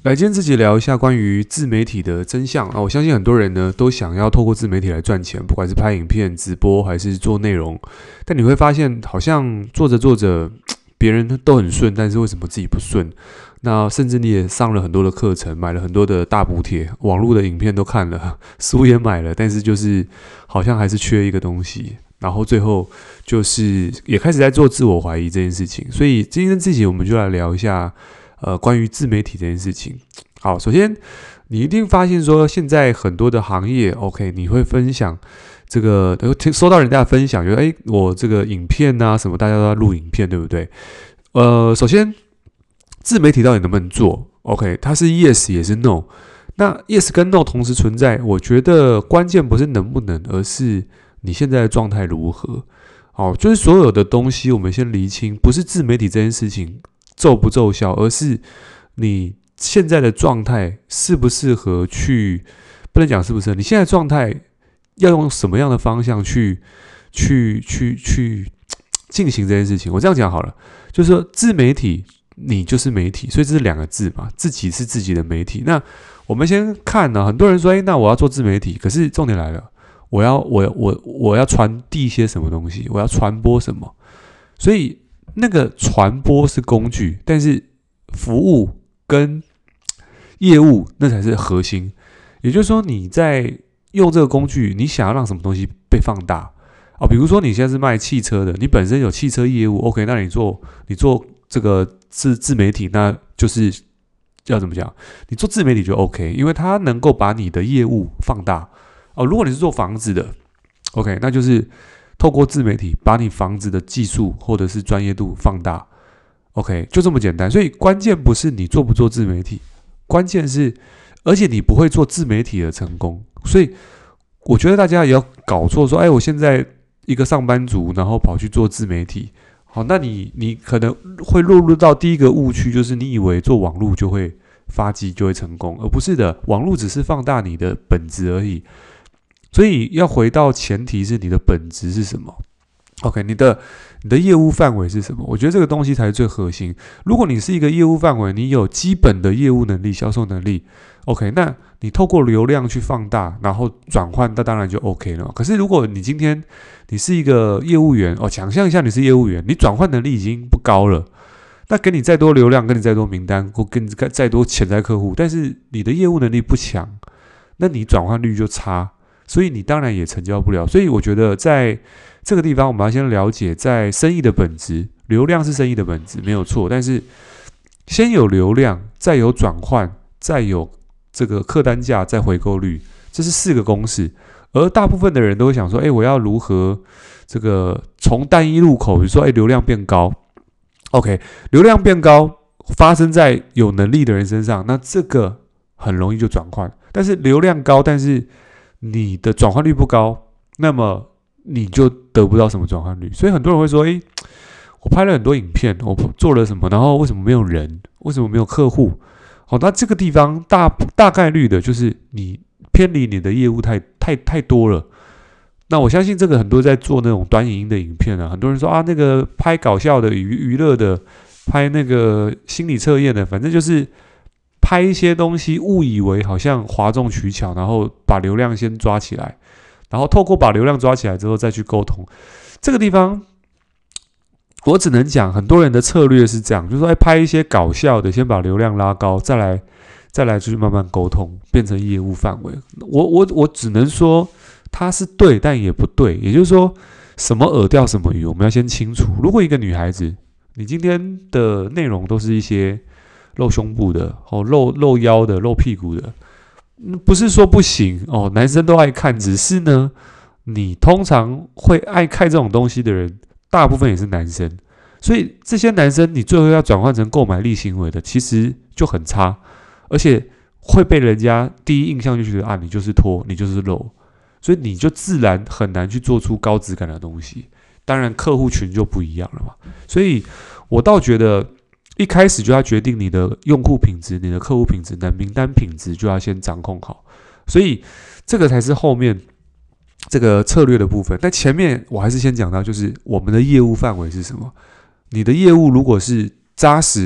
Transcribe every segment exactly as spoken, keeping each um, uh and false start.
来，今天这集聊一下关于自媒体的真相啊！我相信很多人呢都想要透过自媒体来赚钱，不管是拍影片、直播还是做内容。但你会发现，好像做着做着，别人都很顺，但是为什么自己不顺？那甚至你也上了很多的课程，买了很多的大补帖，网络的影片都看了，书也买了，但是就是好像还是缺一个东西。然后最后就是也开始在做自我怀疑这件事情。所以今天这集我们就来聊一下。呃，关于自媒体这件事情，好，首先你一定发现说，现在很多的行业 ，OK， 你会分享这个，收到人家的分享，觉得哎，我这个影片啊什么，大家都在录影片，对不对？呃，首先自媒体到底能不能做 ？OK， 它是 yes 也是 no， 那 yes 跟 no 同时存在，我觉得关键不是能不能，而是你现在的状态如何。好，就是所有的东西，我们先厘清，不是自媒体这件事情。奏不奏效，而是你现在的状态适不适合去，不能讲适不适合，你现在的状态要用什么样的方向去去去去进行这件事情。我这样讲好了，就是说自媒体，你就是媒体，所以这是两个字嘛，自己是自己的媒体。那我们先看呢、啊，很多人说，哎，那我要做自媒体，可是重点来了，我要我我我要传递一些什么东西，我要传播什么，所以。那个传播是工具，但是服务跟业务那才是核心。也就是说，你在用这个工具，你想要让什么东西被放大哦？比如说，你现在是卖汽车的，你本身有汽车业务 ，OK， 那你做你做这个自自媒体，那就是要怎么讲？你做自媒体就 OK， 因为它能够把你的业务放大哦。如果你是做房子的 ，OK， 那就是。透过自媒体把你房子的技术或者是专业度放大 ，OK， 就这么简单。所以关键不是你做不做自媒体，关键是，而且你不会做自媒体的成功。所以我觉得大家也要搞错说，哎，我现在一个上班族，然后跑去做自媒体，好，那你你可能会落入到第一个误区，就是你以为做网络就会发迹就会成功，而不是的，网络只是放大你的本质而已。所以要回到前提是你的本质是什么 ？OK， 你的你的业务范围是什么？我觉得这个东西才是最核心。如果你是一个业务范围，你有基本的业务能力、销售能力 ，OK， 那你透过流量去放大，然后转换，那当然就 OK 了。可是如果你今天你是一个业务员哦，想象一下你是业务员，你转换能力已经不高了，那给你再多流量，给你再多名单，或给你再多潜在客户，但是你的业务能力不强，那你转换率就差。所以你当然也成交不了，所以我觉得在这个地方，我们要先了解，在生意的本质，流量是生意的本质，没有错。但是先有流量，再有转换，再有这个客单价，再回购率，这是四个公式。而大部分的人都会想说，哎，我要如何这个从单一入口，比如说，哎，流量变高 ，OK， 流量变高发生在有能力的人身上，那这个很容易就转换。但是流量高，但是你的转换率不高，那么你就得不到什么转换率。所以很多人会说：“诶，我拍了很多影片，我做了什么，然后为什么没有人？为什么没有客户？”好，那这个地方大大概率的就是你偏离你的业务太太太多了。那我相信这个很多在做那种短影音的影片啊，很多人说啊，那个拍搞笑的、娱娱乐的，拍那个心理测验的，反正就是。拍一些东西，误以为好像哗众取巧，然后把流量先抓起来，然后透过把流量抓起来之后再去沟通。这个地方，我只能讲，很多人的策略是这样，就是说，哎，拍一些搞笑的，先把流量拉高，再来，再来去慢慢沟通，变成业务范围。我我我只能说，它是对，但也不对。也就是说，什么饵钓什么鱼，我们要先清楚。如果一个女孩子，你今天的内容都是一些。露胸部的哦，露露腰的，露屁股的，不是说不行哦，男生都爱看，只是呢，你通常会爱看这种东西的人，大部分也是男生，所以这些男生你最后要转换成购买力行为的，其实就很差，而且会被人家第一印象就觉得啊，你就是脱，你就是露，所以你就自然很难去做出高质感的东西。当然，客户群就不一样了嘛，所以我倒觉得。一开始就要决定你的用户品质、你的客户品质、你的名单品质，就要先掌控好。所以这个才是后面这个策略的部分。但前面我还是先讲到，就是我们的业务范围是什么。你的业务如果是扎实的，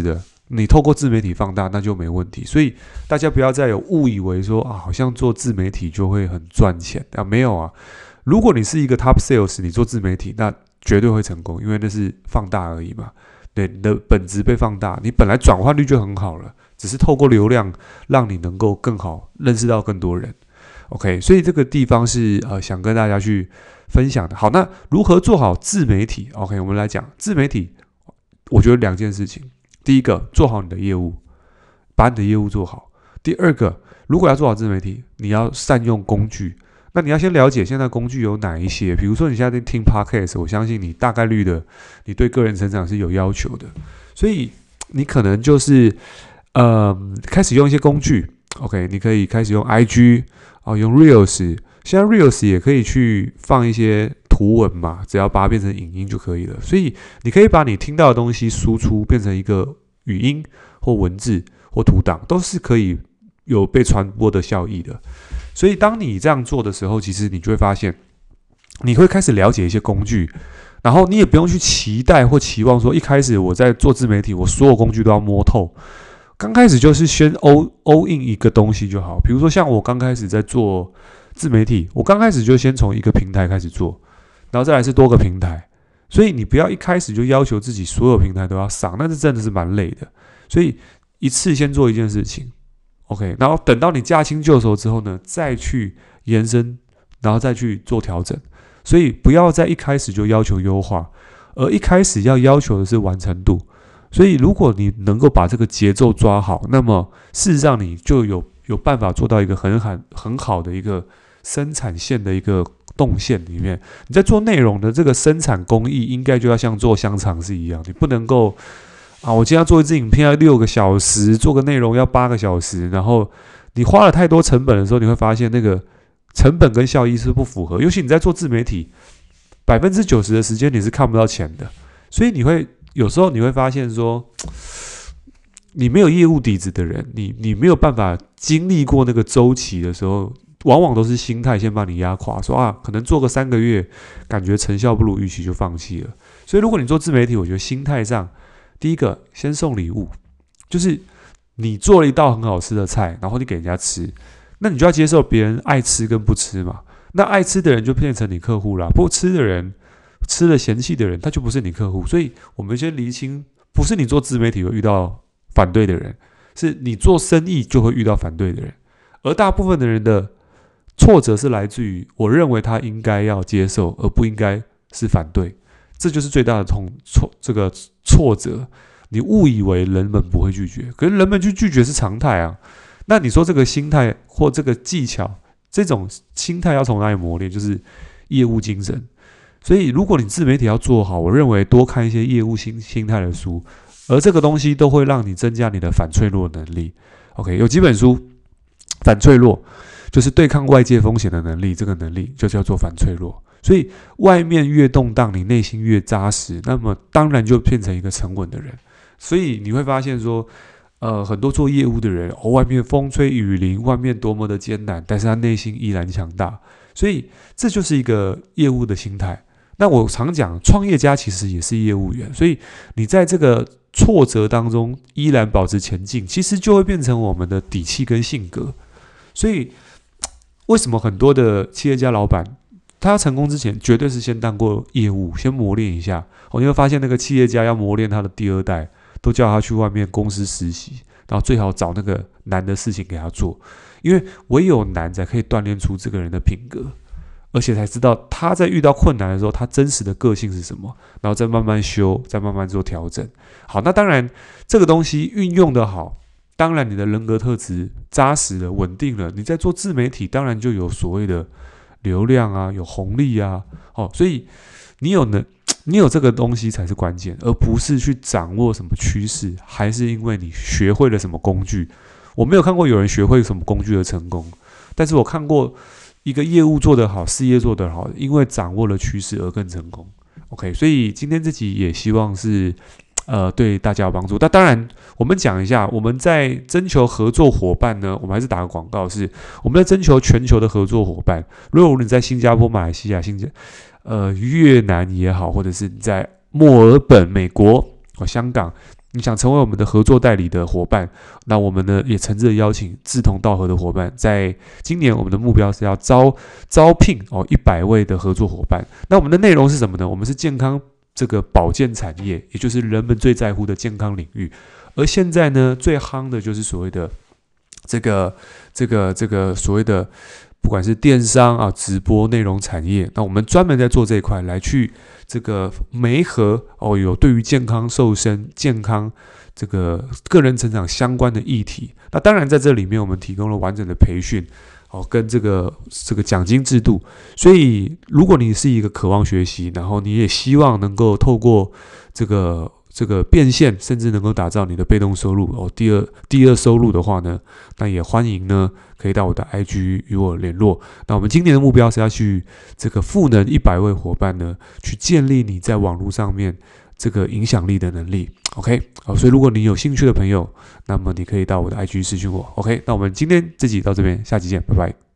你透过自媒体放大那就没问题。所以大家不要再有误以为说啊，好像做自媒体就会很赚钱啊，没有啊。如果你是一个 top sales， 你做自媒体那绝对会成功，因为那是放大而已嘛。对，你的本质被放大，你本来转换率就很好了，只是透过流量让你能够更好认识到更多人。OK， 所以这个地方是呃想跟大家去分享的。好，那如何做好自媒体 ？OK， 我们来讲自媒体，我觉得两件事情。第一个，做好你的业务，把你的业务做好。第二个，如果要做好自媒体，你要善用工具。那你要先了解现在工具有哪一些，比如说你现在在听 podcast， 我相信你大概率的，你对个人成长是有要求的，所以你可能就是呃开始用一些工具 ，OK， 你可以开始用 I G 哦，用 Reels， 现在 Reels 也可以去放一些图文嘛，只要把它变成影音就可以了，所以你可以把你听到的东西输出变成一个语音或文字或图档，都是可以有被传播的效益的。所以当你这样做的时候，其实你就会发现，你会开始了解一些工具，然后你也不用去期待或期望说，一开始我在做自媒体，我所有工具都要摸透。刚开始就是先 all all in 一个东西就好。比如说像我刚开始在做自媒体，我刚开始就先从一个平台开始做，然后再来是多个平台。所以你不要一开始就要求自己所有平台都要上，那是真的是蛮累的。所以一次先做一件事情。OK， 然后等到你驾轻就熟之后呢，再去延伸，然后再去做调整。所以不要在一开始就要求优化，而一开始要要求的是完成度。所以如果你能够把这个节奏抓好，那么事实上你就有有办法做到一个很很很好的一个生产线的一个动线里面。你在做内容的这个生产工艺，应该就要像做香肠是一样，你不能够。啊，我今天要做一支影片要六个小时，做个内容要八个小时，然后你花了太多成本的时候，你会发现那个成本跟效益是不符合。尤其你在做自媒体，百分之九十的时间你是看不到钱的，所以你会有时候你会发现说，你没有业务底子的人，你你没有办法经历过那个周期的时候，往往都是心态先把你压垮，说啊，可能做个三个月，感觉成效不如预期就放弃了。所以如果你做自媒体，我觉得心态上。第一个，先送礼物，就是你做了一道很好吃的菜，然后你给人家吃，那你就要接受别人爱吃跟不吃嘛。那爱吃的人就变成你客户啦，不吃的人、吃了嫌弃的人，他就不是你客户。所以我们先厘清，不是你做自媒体会遇到反对的人，是你做生意就会遇到反对的人。而大部分的人的挫折是来自于，我认为他应该要接受，而不应该是反对。这就是最大的痛挫，这个挫折，你误以为人们不会拒绝，可是人们去拒绝是常态啊。那你说这个心态或这个技巧，这种心态要从哪里磨练？就是业务精神。所以，如果你自媒体要做好，我认为多看一些业务心心态的书，而这个东西都会让你增加你的反脆弱能力。OK， 有几本书，反脆弱就是对抗外界风险的能力，这个能力就叫做反脆弱。所以外面越动荡，你内心越扎实，那么当然就变成一个沉稳的人。所以你会发现说，呃，很多做业务的人，哦，外面风吹雨淋，外面多么的艰难，但是他内心依然强大。所以这就是一个业务的心态。那我常讲，创业家其实也是业务员，所以你在这个挫折当中依然保持前进，其实就会变成我们的底气跟性格。所以为什么很多的企业家老板？他要成功之前，绝对是先当过业务，先磨练一下。哦，你会发现那个企业家要磨练他的第二代，都叫他去外面公司实习，然后最好找那个难的事情给他做，因为唯有难才可以锻炼出这个人的品格，而且才知道他在遇到困难的时候，他真实的个性是什么，然后再慢慢修，再慢慢做调整。好，那当然这个东西运用的好，当然你的人格特质扎实了、稳定了，你在做自媒体，当然就有所谓的。流量啊，有红利啊，哦，所以你有能，你有这个东西才是关键，而不是去掌握什么趋势，还是因为你学会了什么工具。我没有看过有人学会什么工具而成功，但是我看过一个业务做得好，事业做得好，因为掌握了趋势而更成功。OK， 所以今天这集也希望是。呃，对大家有帮助。那当然，我们讲一下，我们在征求合作伙伴呢，我们还是打个广告，是我们在征求全球的合作伙伴。如果你在新加坡、马来西亚、新加呃越南也好，或者是你在墨尔本、美国、哦、香港， 你想成为我们的合作代理的伙伴，那我们呢也诚挚的邀请志同道合的伙伴，在今年我们的目标是要招招聘哦一百位的合作伙伴。那我们的内容是什么呢？我们是健康这个保健产业，也就是人们最在乎的健康领域。而现在呢，最夯的就是所谓的这个这个这个所谓的。不管是电商啊、直播内容产业，那我们专门在做这一块，来去这个媒合哦，有对于健康瘦身、健康这个个人成长相关的议题。那当然在这里面，我们提供了完整的培训哦，跟这个这个奖金制度。所以，如果你是一个渴望学习，然后你也希望能够透过这个。这个变现，甚至能够打造你的被动收入哦。第二第二收入的话呢，那也欢迎呢，可以到我的 I G 与我联络。那我们今年的目标是要去这个赋能一百位伙伴呢，去建立你在网络上面这个影响力的能力。OK， 好，所以如果你有兴趣的朋友，那么你可以到我的 I G 私讯我。OK， 那我们今天这集到这边，下期见，拜拜。